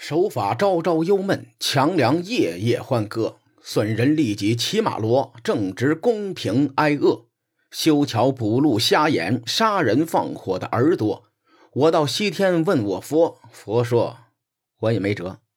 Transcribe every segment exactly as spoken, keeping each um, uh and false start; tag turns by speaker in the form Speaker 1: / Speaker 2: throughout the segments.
Speaker 1: 手法朝朝忧闷，强梁夜夜欢歌。损人利己骑马骡，正直公平挨饿。修桥补路瞎眼，杀人放火的耳朵。我到西天问我佛，佛说我也没辙。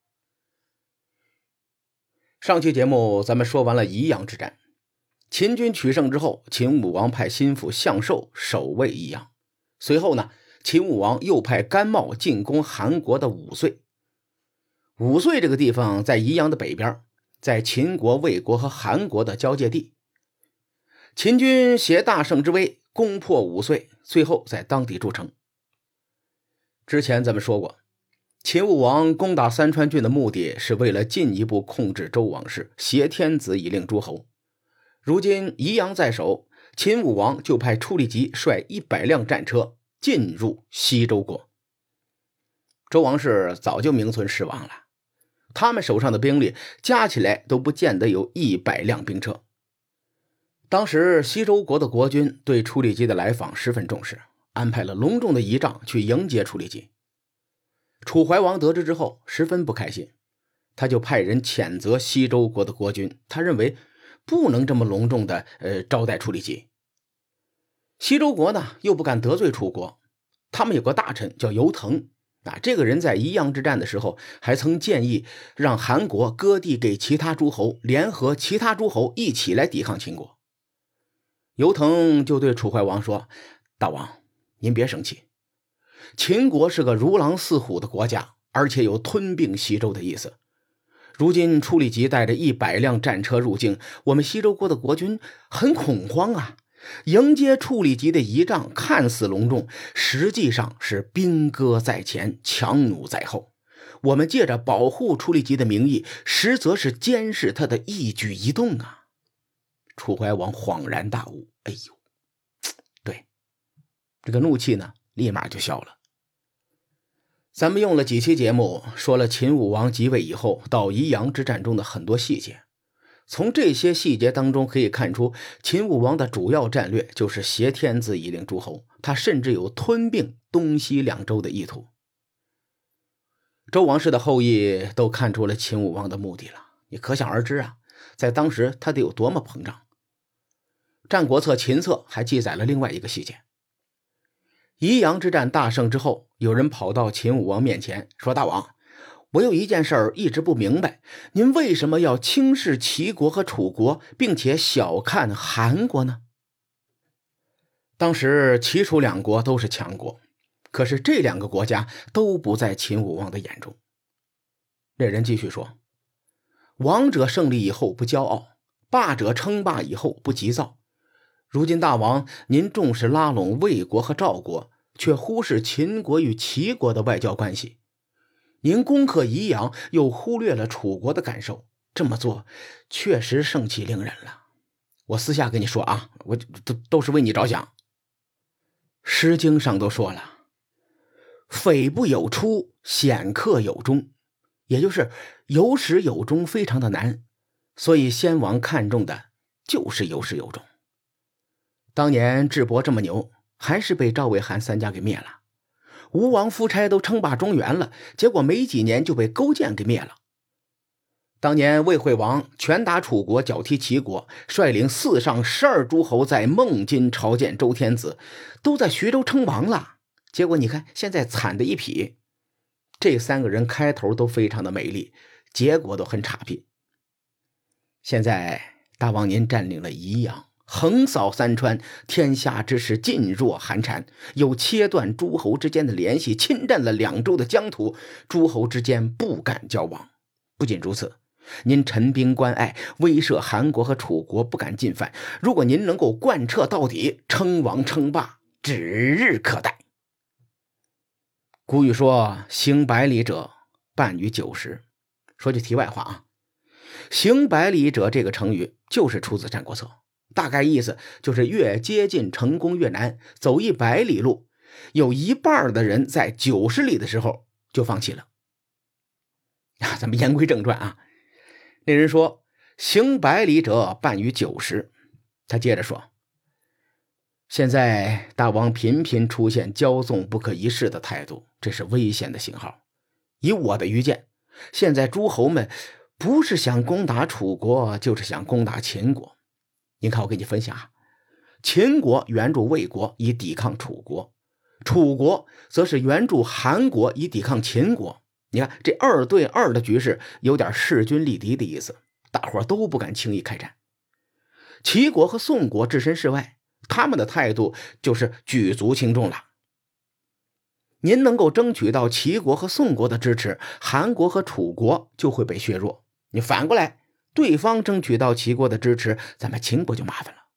Speaker 1: 上期节目咱们说完了宜阳之战，秦军取胜之后，秦武王派心腹向寿守卫宜阳。随后呢，秦武王又派甘茂进攻韩国的五岁。五岁这个地方在宜阳的北边，在秦国、魏国和韩国的交界地。秦军携大胜之威攻破五岁，最后在当地筑城。之前咱们说过，秦武王攻打三川郡的目的是为了进一步控制周王室，挟天子以令诸侯。如今宜阳在手，秦武王就派处理吉率一百辆战车进入西周国。周王室早就名存实亡了，他们手上的兵力加起来都不见得有一百辆兵车。当时西周国的国君对处理吉的来访十分重视，安排了隆重的仪仗去迎接处理吉。楚怀王得知之后十分不开心，他就派人谴责西周国的国君，他认为不能这么隆重的呃招待处理吉。西周国呢又不敢得罪楚国，他们有个大臣叫游腾啊，这个人在宜阳之战的时候还曾建议让韩国割地给其他诸侯，联合其他诸侯一起来抵抗秦国。游腾就对楚怀王说，大王您别生气，秦国是个如狼似虎的国家，而且有吞并西周的意思。如今处理吉带着一百辆战车入境，我们西周国的国君很恐慌啊。迎接处理吉的仪仗看似隆重，实际上是兵戈在前，强弩在后。我们借着保护处理吉的名义，实则是监视他的一举一动啊。楚怀王恍然大悟，哎呦，对，这个怒气呢立马就消了。咱们用了几期节目说了秦武王即位以后到宜阳之战中的很多细节，从这些细节当中可以看出，秦武王的主要战略就是挟天子以令诸侯，他甚至有吞并东西两州的意图。周王室的后裔都看出了秦武王的目的了，你可想而知啊，在当时他得有多么膨胀。战国策秦策还记载了另外一个细节，宜阳之战大胜之后，有人跑到秦武王面前说，大王，我有一件事儿一直不明白，您为什么要轻视齐国和楚国，并且小看韩国呢？当时齐楚两国都是强国，可是这两个国家都不在秦武王的眼中。这人继续说，王者胜利以后不骄傲，霸者称霸以后不急躁。如今大王您重视拉拢魏国和赵国，却忽视秦国与齐国的外交关系。您攻克宜阳，又忽略了楚国的感受，这么做确实盛气凌人了。我私下跟你说啊，我都都是为你着想。诗经上都说了，匪不有出，显克有终，也就是有始有终非常的难，所以先王看重的就是有始有终。当年智伯这么牛，还是被赵魏韩三家给灭了。吴王夫差都称霸中原了，结果没几年就被勾践给灭了。当年魏惠王拳打楚国，脚踢齐国，率领四上十二诸侯在孟津朝见周天子，都在徐州称王了。结果你看现在惨的一匹。这三个人开头都非常的美丽，结果都很差劲。现在大王您占领了宜阳，横扫三川，天下之势噤若寒蝉，又切断诸侯之间的联系，侵占了两州的疆土，诸侯之间不敢交往。不仅如此，您陈兵关隘，威慑韩国和楚国不敢进犯。如果您能够贯彻到底，称王称霸指日可待。古语说，行百里者半于九十。说句题外话啊，行百里者这个成语就是出自战国策，大概意思就是越接近成功越难，走一百里路，有一半的人在九十里的时候就放弃了。啊，咱们言归正传啊，那人说行百里者半于九十。他接着说，现在大王频频出现骄纵不可一世的态度，这是危险的信号。以我的愚见， 现在诸侯们不是想攻打楚国，就是想攻打秦国。您看我给你分享啊，秦国援助魏国以抵抗楚国，楚国则是援助韩国以抵抗秦国。你看这二对二的局势有点势均力敌的意思，大伙都不敢轻易开战。齐国和宋国置身事外，他们的态度就是举足轻重了。您能够争取到齐国和宋国的支持，韩国和楚国就会被削弱。你反过来，对方争取到齐国的支持，咱们秦国就麻烦了。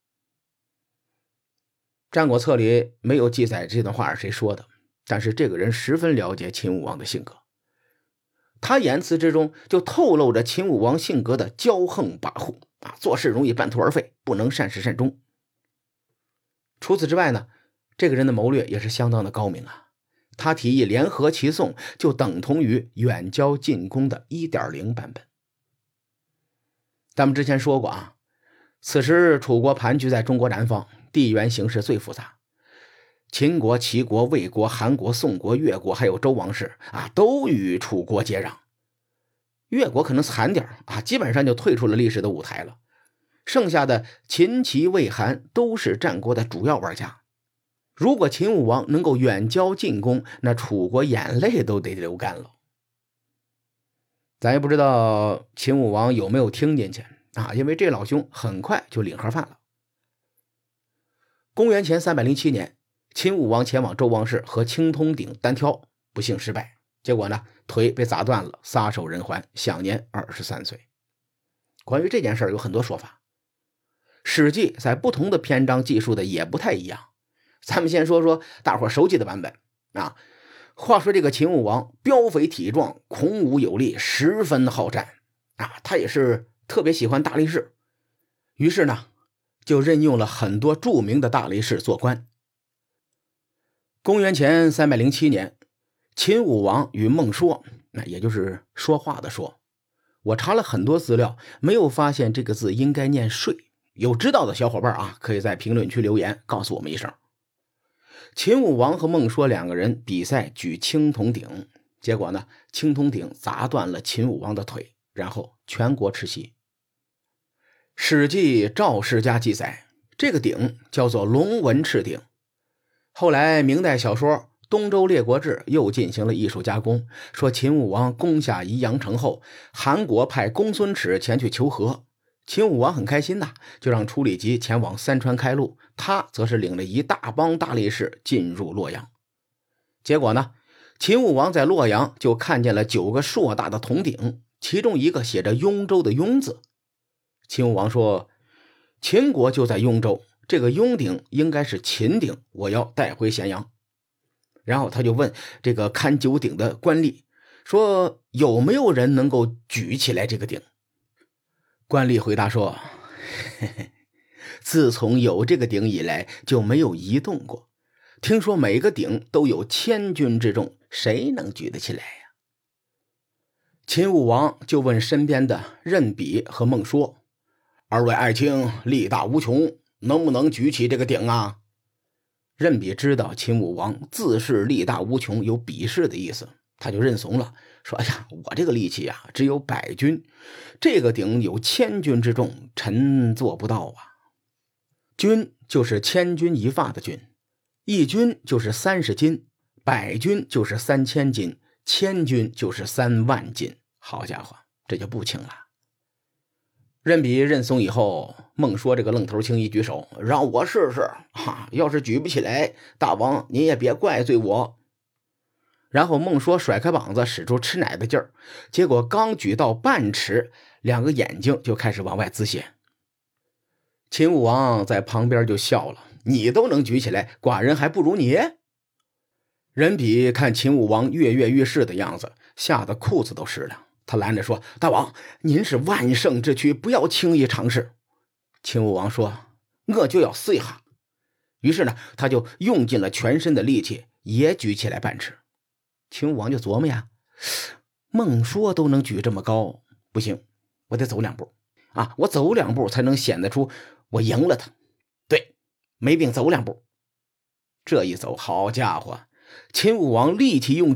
Speaker 1: 战国策里没有记载这段话是谁说的，但是这个人十分了解秦武王的性格，他言辞之中就透露着秦武王性格的骄横跋扈啊，做事容易半途而废，不能善始善终。除此之外呢，这个人的谋略也是相当的高明啊。他提议联合齐宋，就等同于远交近攻的 一点零 版本。咱们之前说过啊，此时楚国盘踞在中国南方，地缘形势最复杂。秦国、齐国、魏国、韩国、宋国、越国还有周王室啊，都与楚国接壤。越国可能惨点啊，基本上就退出了历史的舞台了。剩下的秦、齐、魏、韩都是战国的主要玩家。如果秦武王能够远交近攻，那楚国眼泪都得流干了。咱也不知道秦武王有没有听进去啊，因为这老兄很快就领盒饭了。公元前三百零七年，秦武王前往周王室和青铜鼎单挑，不幸失败，结果呢，腿被砸断了，撒手人寰，享年二十三岁。关于这件事有很多说法，史记在不同的篇章记述的也不太一样。咱们先说说大伙熟悉的版本啊。话说这个秦武王膘肥体壮，孔武有力，十分好战啊，他也是特别喜欢大力士，于是呢就任用了很多著名的大力士做官。公元前三百零七年，秦武王与孟说，那也就是说话的说，我查了很多资料，没有发现这个字应该念睡，有知道的小伙伴啊，可以在评论区留言告诉我们一声。秦武王和孟说两个人比赛举青铜鼎，结果呢，青铜鼎砸断了秦武王的腿，然后全国吃席。史记赵世家记载，这个鼎叫做龙纹赤鼎。后来明代小说《东周列国志》又进行了艺术加工，说秦武王攻下宜阳城后，韩国派公孙耻前去求和，秦武王很开心呐，就让处理吉前往三川开路，他则是领了一大帮大力士进入洛阳。结果呢，秦武王在洛阳就看见了九个硕大的铜鼎，其中一个写着雍州的雍字。秦武王说，秦国就在雍州，这个雍鼎应该是秦鼎，我要带回咸阳。然后他就问这个看九鼎的官吏说，有没有人能够举起来这个鼎？官吏回答说，嘿嘿，自从有这个鼎以来就没有移动过，听说每个鼎都有千钧之重，谁能举得起来呀？秦武王就问身边的任比和孟说，二位爱卿力大无穷，能不能举起这个鼎啊？任比知道秦武王自是力大无穷，有鄙视的意思，他就认怂了，说，哎呀，我这个力气啊只有百钧，这个鼎有千钧之重，臣做不到啊。钧就是千钧一发的钧，一钧就是三十斤，百钧就是三千斤，千钧就是三万斤。好家伙，这就不轻了。任比认怂以后，孟说这个愣头青一举手，让我试试哈，要是举不起来，大王您也别怪罪我。然后孟说甩开膀子，使出吃奶的劲儿，结果刚举到半尺，两个眼睛就开始往外滋血。秦武王在旁边就笑了，你都能举起来，寡人还不如你。任比看秦武王跃跃欲试的样子，吓得裤子都湿了，他拦着说，大王您是万圣之躯，不要轻易尝试。秦武王说，我就要试一下。于是呢，他就用尽了全身的力气，也举起来半尺。秦武王就琢磨呀，孟说都能举这么高，不行，我得走两步啊，我走两步才能显得出我赢了他。对，没病走两步。这一走，好家伙，秦武王力气用尽，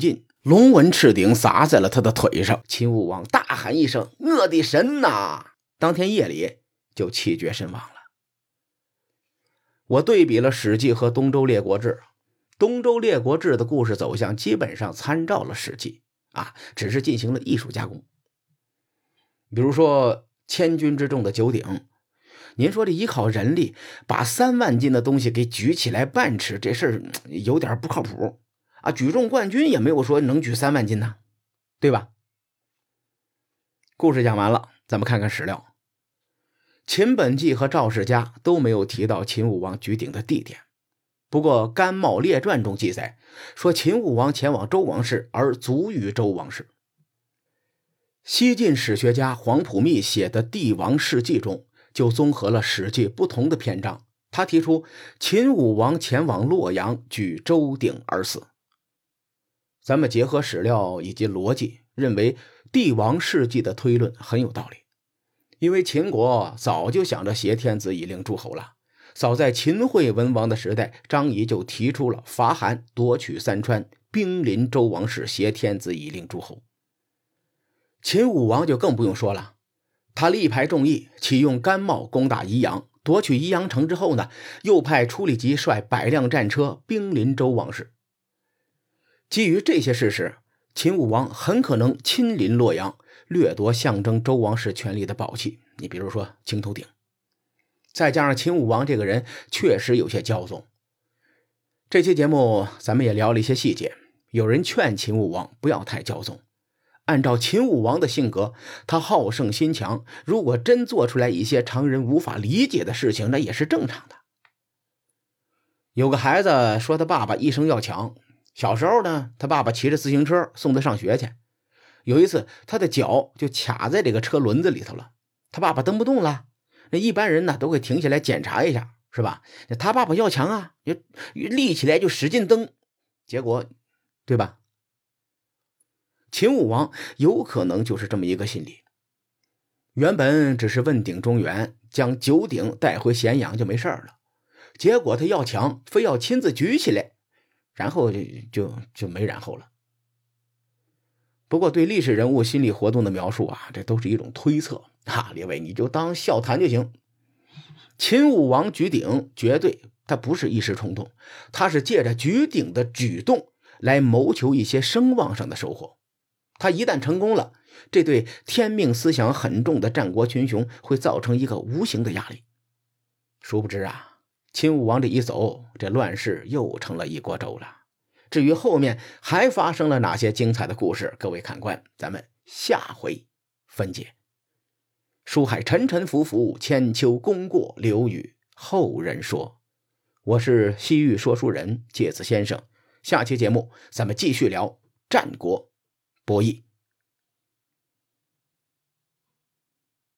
Speaker 1: 龙纹赤鼎砸在了他的腿上，秦武王大喊一声：“我的神呐！”当天夜里就气绝身亡了。我对比了《史记》和《东周列国志》，《东周列国志》的故事走向基本上参照了《史记》啊，只是进行了艺术加工。比如说千军之众的九鼎，您说这依靠人力把三万斤的东西给举起来半尺，这事儿有点不靠谱啊！举重冠军也没有说能举三万斤呢，对吧？故事讲完了，咱们看看史料。秦本纪和赵世家都没有提到秦武王举鼎的地点，不过《甘茂列传》中记载说秦武王前往周王室而卒于周王室。西晋史学家黄埔密写的《帝王世纪》中就综合了史记不同的篇章，他提出秦武王前往洛阳举周鼎而死。咱们结合史料以及逻辑，认为帝王世纪的推论很有道理。因为秦国早就想着挟天子以令诸侯了，早在秦惠文王的时代，张仪就提出了伐韩夺取三川，兵临周王室，挟天子以令诸侯。秦武王就更不用说了，他力排众议，启用甘茂攻打宜阳，夺取宜阳城之后呢，又派处理吉率百辆战车兵临周王室。基于这些事实，秦武王很可能亲临洛阳，掠夺象征周王室权力的宝器，你比如说青头鼎。再加上秦武王这个人确实有些骄纵。这期节目咱们也聊了一些细节，有人劝秦武王不要太骄纵。按照秦武王的性格，他好胜心强，如果真做出来一些常人无法理解的事情，那也是正常的。有个孩子说他爸爸一生要强，小时候呢，他爸爸骑着自行车送他上学去。有一次他的脚就卡在这个车轮子里头了，他爸爸蹬不动了，那一般人呢都会停下来检查一下，是吧？他爸爸要强啊，立起来就使劲蹬，结果对吧？秦武王有可能就是这么一个心理，原本只是问鼎中原，将九鼎带回咸阳就没事了，结果他要强，非要亲自举起来，然后就就就没然后了。不过对历史人物心理活动的描述啊，这都是一种推测啊，列位你就当笑谈就行。秦武王举鼎绝对他不是一时冲动，他是借着举鼎的举动来谋求一些声望上的收获。他一旦成功了，这对天命思想很重的战国群雄会造成一个无形的压力。殊不知啊，秦武王这一走，这乱世又成了一锅粥了。至于后面还发生了哪些精彩的故事，各位看官，咱们下回分解。书海沉沉浮浮，千秋功过留与后人说。我是西域说书人介子先生，下期节目咱们继续聊战国博弈。